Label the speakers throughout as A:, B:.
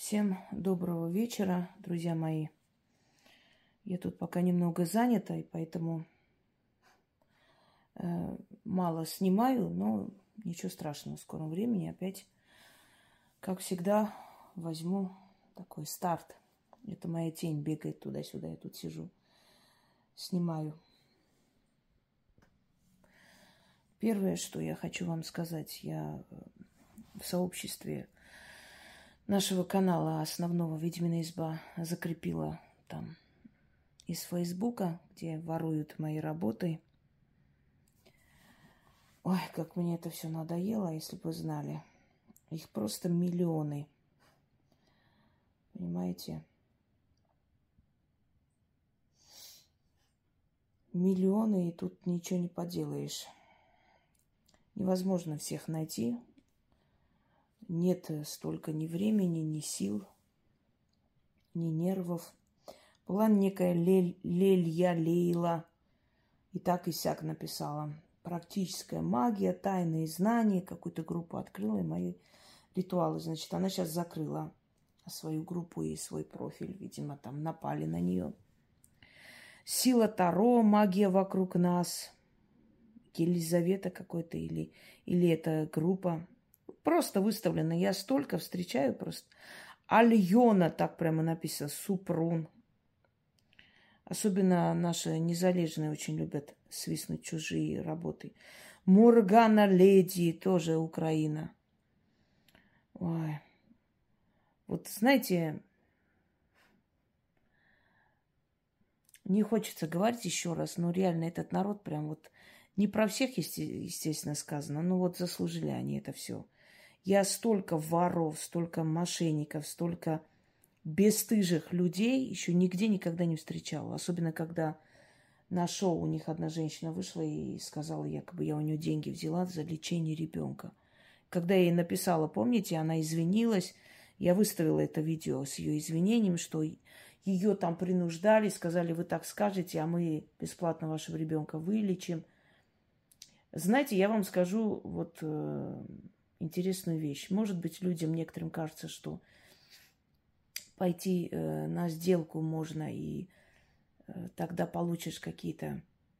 A: Всем доброго вечера, друзья мои. Я тут пока немного занята, и поэтому мало снимаю, но ничего страшного. В скором времени опять, как всегда, возьму такой старт. Это моя тень бегает туда-сюда, я тут сижу, снимаю. Первое, что я хочу вам сказать, я в сообществе нашего канала основного «Ведьмина изба» закрепила там из Фейсбука, где воруют мои работы. Ой, как мне это все надоело, если бы вы знали. Их просто миллионы. Понимаете? Миллионы, и тут ничего не поделаешь. Невозможно всех найти. Нет столько ни времени, ни сил, ни нервов. Была некая Лелья Лейла, и так и сяк написала. Практическая магия, тайные знания, какую-то группу открыла, и мои ритуалы. Значит, она сейчас закрыла свою группу и свой профиль. Видимо, там напали на нее. Сила Таро, магия вокруг нас. Елизавета какой-то или это группа. Просто выставлено. Я столько встречаю просто. Альона, так прямо написано, Супрун. Особенно наши незалежные очень любят свистнуть чужие работы. Моргана Леди, тоже Украина. Ой. Вот знаете, не хочется говорить еще раз, но реально этот народ прям вот не про всех, естественно, сказано, но вот заслужили они это все. Я столько воров, столько мошенников, столько бесстыжих людей еще нигде никогда не встречала. Особенно, когда на шоу у них одна женщина вышла и сказала, якобы я у нее деньги взяла за лечение ребенка. Когда я ей написала, помните, она извинилась, я выставила это видео с ее извинением, что ее там принуждали, сказали, вы так скажете, а мы бесплатно вашего ребенка вылечим. Знаете, я вам скажу вот интересную вещь. Может быть, людям некоторым кажется, что пойти на сделку можно, и тогда получишь какие-то,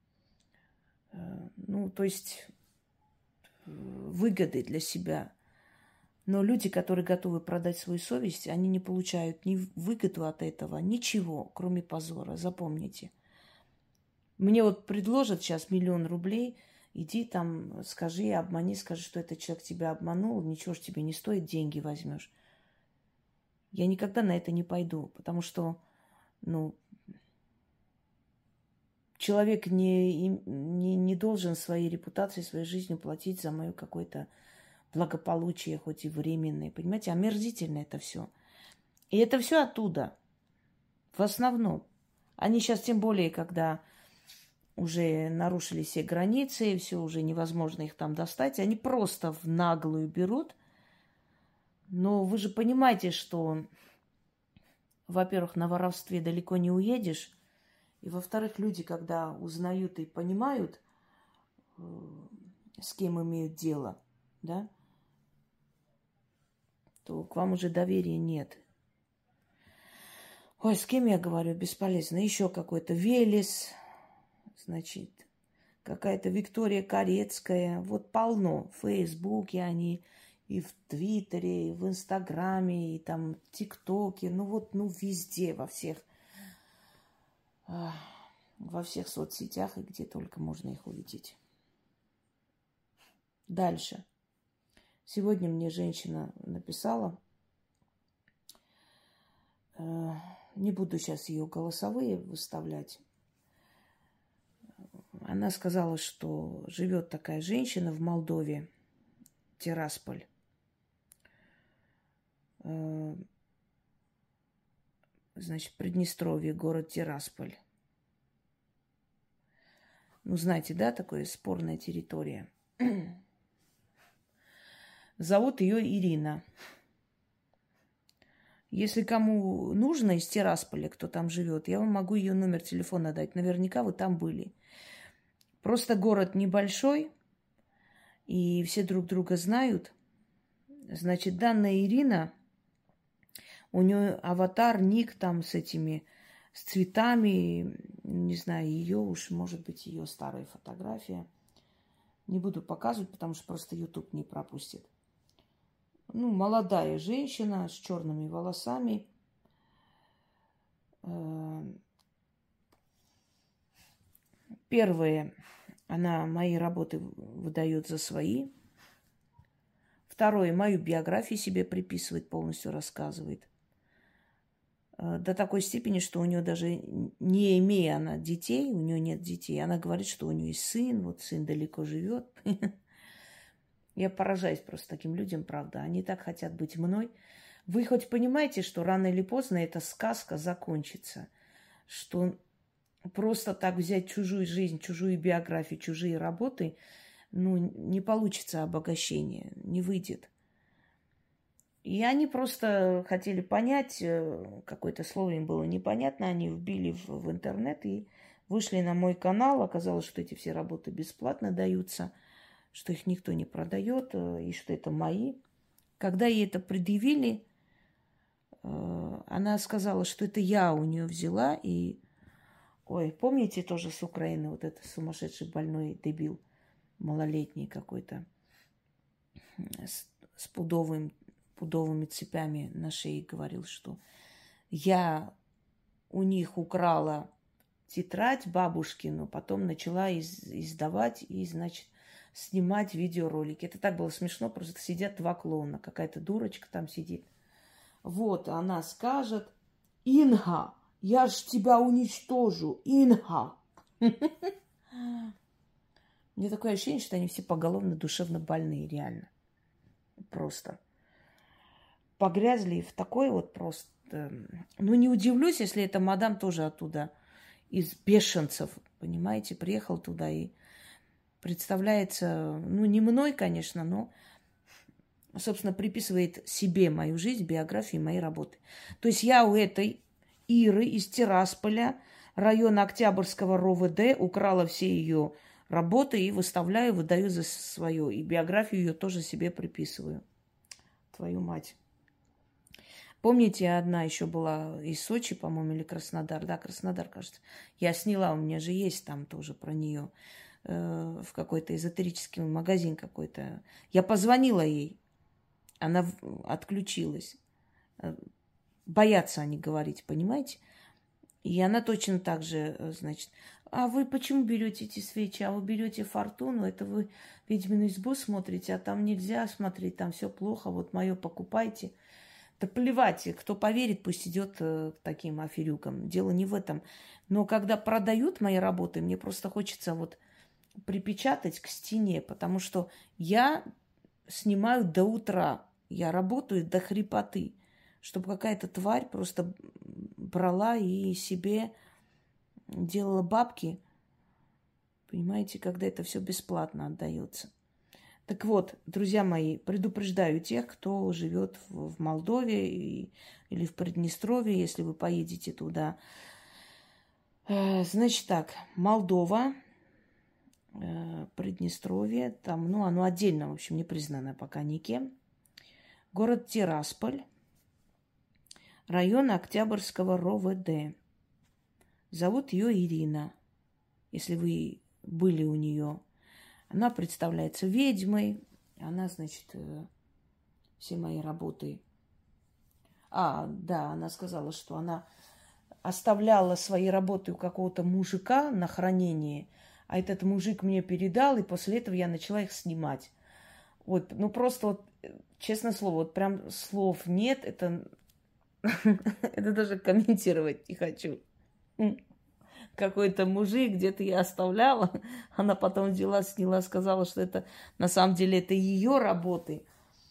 A: то есть выгоды для себя. Но люди, которые готовы продать свою совесть, они не получают ни выгоду от этого, ничего, кроме позора. Запомните. Мне вот предложат сейчас 1 000 000 рублей, иди там, скажи, обмани, скажи, что этот человек тебя обманул, ничего ж тебе не стоит, деньги возьмешь. Я никогда на это не пойду, потому что, человек не должен своей репутацией, своей жизнью платить за мое какое-то благополучие, хоть и временное. Понимаете, омерзительно это все. И это все оттуда. В основном. Они сейчас, тем более, когда уже нарушили все границы, все уже невозможно их там достать, они просто в наглую берут. Но вы же понимаете, что, во-первых, на воровстве далеко не уедешь. И, во-вторых, люди, когда узнают и понимают, с кем имеют дело, да, то к вам уже доверия нет. Ой, с кем я говорю, бесполезно. Еще какой-то Велес, значит, какая-то Виктория Корецкая. Вот полно. В Фейсбуке они, и в Твиттере, и в Инстаграме, и там в ТикТоке. Везде, во всех соцсетях, и где только можно их увидеть. Дальше. Сегодня мне женщина написала, не буду сейчас ее голосовые выставлять. Она сказала, что живет такая женщина в Молдове, Тирасполь. Значит, Приднестровье, город Тирасполь. Знаете, да, такая спорная территория. Зовут ее Ирина. Если кому нужно из Тирасполя, кто там живет, я вам могу ее номер телефона дать. Наверняка вы там были. Просто город небольшой, и все друг друга знают. Значит, данная Ирина У нее аватар, ник там с этими, с цветами. Не знаю, ее уж, может быть, ее старая фотография. Не буду показывать, потому что просто YouTube не пропустит. Ну, молодая женщина с черными волосами. Первое, она мои работы выдает за свои. Второе, мою биографию себе приписывает, полностью рассказывает. До такой степени, что у нее даже, не имея она детей, у нее нет детей, она говорит, что у нее есть сын, вот сын далеко живет. Я поражаюсь просто таким людям, правда. Они так хотят быть мной. Вы хоть понимаете, что рано или поздно эта сказка закончится? Что просто так взять чужую жизнь, чужую биографию, чужие работы, ну, не получится обогащение, не выйдет. И они просто хотели понять, какое-то слово им было непонятно, они вбили в интернет и вышли на мой канал. Оказалось, что эти все работы бесплатно даются, что их никто не продает, и что это мои. Когда ей это предъявили, она сказала, что это я у нее взяла. И, ой, помните тоже с Украины вот этот сумасшедший больной дебил, малолетний какой-то, с пудовыми цепями на шее, говорил, что я у них украла тетрадь бабушкину, потом начала издавать и, значит, снимать видеоролики. Это так было смешно, просто сидят два клоуна, какая-то дурочка там сидит. Вот, она скажет: Инга, я ж тебя уничтожу, Инга. Мне такое ощущение, что они все поголовно душевно больные, реально. Просто. Погрязли в такой вот просто... Ну, не удивлюсь, если эта мадам тоже оттуда, из бешенцев, понимаете, приехал туда и представляется, ну, не мной, конечно, но, собственно, приписывает себе мою жизнь, биографию и мои работы. То есть я у этой Иры из Тирасполя, района Октябрьского РОВД, украла все ее работы и выставляю, выдаю за свое. И биографию ее тоже себе приписываю. Твою мать. Помните, одна еще была из Сочи, по-моему, или Краснодар? Да, Краснодар, кажется. Я сняла, у меня же есть там тоже про нее в какой-то эзотерический магазин какой-то. Я позвонила ей, она отключилась. Боятся они говорить, понимаете? И она точно так же, значит, а вы почему берете эти свечи? А вы берете фортуну, это вы ведьмину избу смотрите, а там нельзя смотреть, там все плохо, вот мое покупайте. Да плевать, кто поверит, пусть идет к таким аферюкам. Дело не в этом. Но когда продают мои работы, мне просто хочется вот припечатать к стене, потому что я снимаю до утра, я работаю до хрипоты, чтобы какая-то тварь просто брала и себе делала бабки. Понимаете, когда это все бесплатно отдается. Так вот, друзья мои, предупреждаю тех, кто живет в Молдове или в Приднестровье, если вы поедете туда. Значит так, Молдова, Приднестровье, там, ну, оно отдельно, в общем, не признано пока никем. Город Тирасполь, район Октябрьского РОВД. Зовут ее Ирина, если вы были у нее. Она представляется ведьмой. Она, значит, все мои работы... Да, она сказала, что она оставляла свои работы у какого-то мужика на хранение, а этот мужик мне передал, и после этого я начала их снимать. Вот, ну просто вот, честное слово, вот прям слов нет, это даже комментировать не хочу. Какой-то мужик, где-то я оставляла, она потом взяла, сняла, сказала, что это на самом деле это ее работы.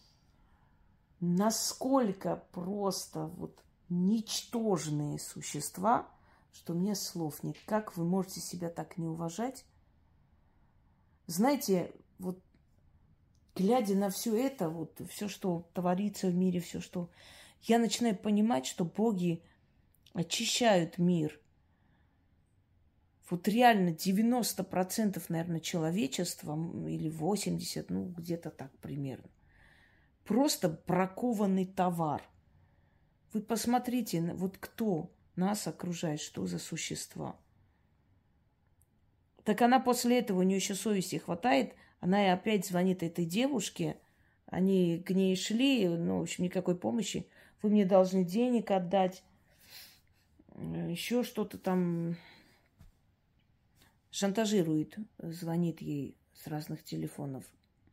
A: Насколько просто вот ничтожные существа, что мне слов нет. Как вы можете себя так не уважать? Знаете, вот глядя на все это, вот все, что творится в мире, все, что... Я начинаю понимать, что боги очищают мир. Вот реально 90%, наверное, человечества, или 80%, ну, где-то так примерно. Просто бракованный товар. Вы посмотрите, вот кто нас окружает, что за существа. Так она после этого, у нее еще совести хватает, она и опять звонит этой девушке, они к ней шли, ну, в общем, никакой помощи. Вы мне должны денег отдать, еще что-то там шантажирует, звонит ей с разных телефонов.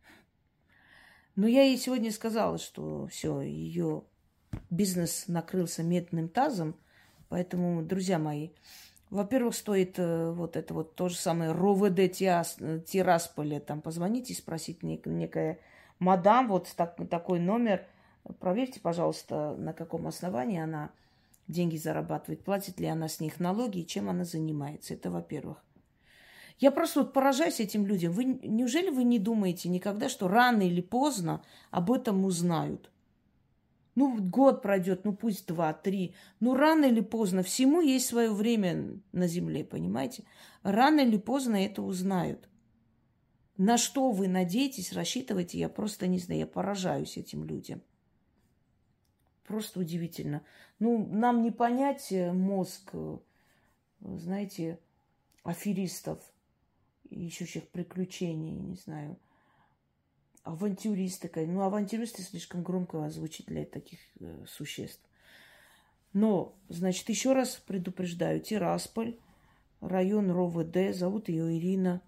A: Но я ей сегодня сказала, что все, ее бизнес накрылся медным тазом. Поэтому, друзья мои, во-первых, стоит вот это вот то же самое РОВД Тирасполе, там позвоните и спросить некая мадам, вот такой номер. Проверьте, пожалуйста, на каком основании она деньги зарабатывает, платит ли она с них налоги и чем она занимается. Это во-первых. Я просто вот поражаюсь этим людям. Неужели вы не думаете никогда, что рано или поздно об этом узнают? Ну, год пройдет, ну пусть 2, 3. Ну, рано или поздно, всему есть свое время на земле, понимаете? Рано или поздно это узнают. На что вы надеетесь, рассчитываете, я просто не знаю, я поражаюсь этим людям. Просто удивительно. Ну, нам не понять мозг, знаете, аферистов, ищущих приключений, не знаю, авантюристы. Ну, авантюристы слишком громко звучит для таких существ. Но, значит, еще раз предупреждаю, Тирасполь, район РОВД, зовут ее Ирина.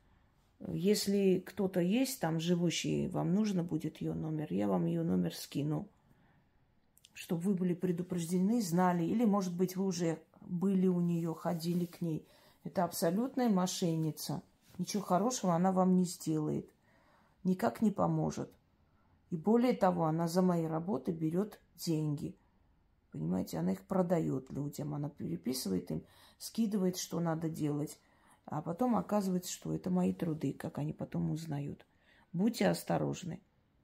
A: Если кто-то есть там живущий, вам нужно будет ее номер, я вам ее номер скину, чтобы вы были предупреждены, знали, или, может быть, вы уже были у нее, ходили к ней. Это абсолютная мошенница. Ничего хорошего она вам не сделает. Никак не поможет. И более того, она за мои работы берет деньги. Понимаете, она их продает людям. Она переписывает им, скидывает, что надо делать. А потом оказывается, что это мои труды, как они потом узнают. Будьте осторожны.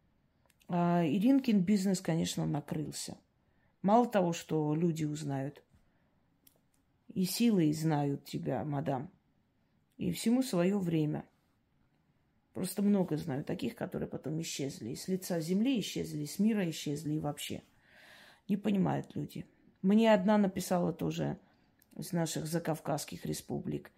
A: А Иринкин бизнес, конечно, накрылся. Мало того, что люди узнают, и силой знают тебя, мадам. И всему свое время. Просто много знаю таких, которые потом исчезли. И с лица земли исчезли, и с мира исчезли, и вообще. Не понимают люди. Мне одна написала тоже из наших закавказских республик.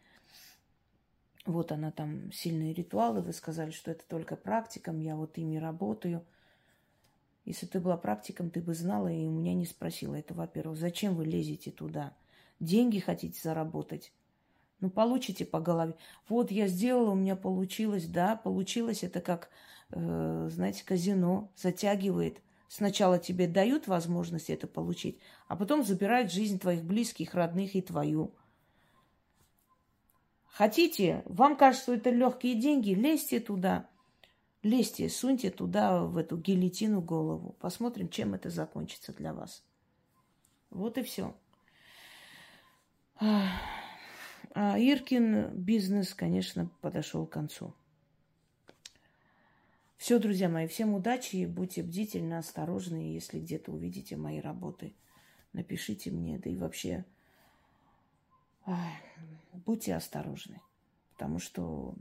A: Вот она там, сильные ритуалы. Вы сказали, что это только практикам. Я вот ими работаю. Если ты была практиком, ты бы знала и у меня не спросила. Это, во-первых. Зачем вы лезете туда? Деньги хотите заработать? Ну, получите по голове. Вот я сделала, у меня получилось. Да, получилось. Это как, знаете, казино. Затягивает. Сначала тебе дают возможность это получить, а потом забирают жизнь твоих близких, родных и твою. Хотите, вам кажется, что это легкие деньги, лезьте туда. Лезьте, суньте туда, в эту гильотину голову. Посмотрим, чем это закончится для вас. Вот и все. А Иркин бизнес, конечно, подошел к концу. Все, друзья мои, всем удачи, будьте бдительны, осторожны. Если где-то увидите мои работы, напишите мне, да и вообще будьте осторожны. Потому что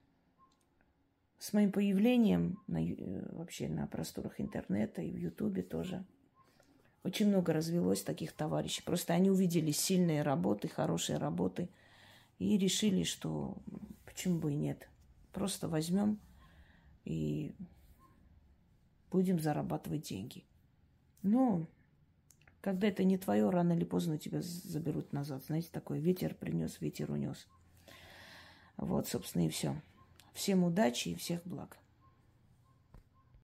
A: с моим появлением вообще на просторах интернета и в Ютубе тоже очень много развелось таких товарищей. Просто они увидели сильные работы, хорошие работы и решили, что почему бы и нет. Просто возьмем и будем зарабатывать деньги. Но когда это не твое, рано или поздно тебя заберут назад. Знаете, такой ветер принес, ветер унес. Вот, собственно, и все. Всем удачи и всех благ.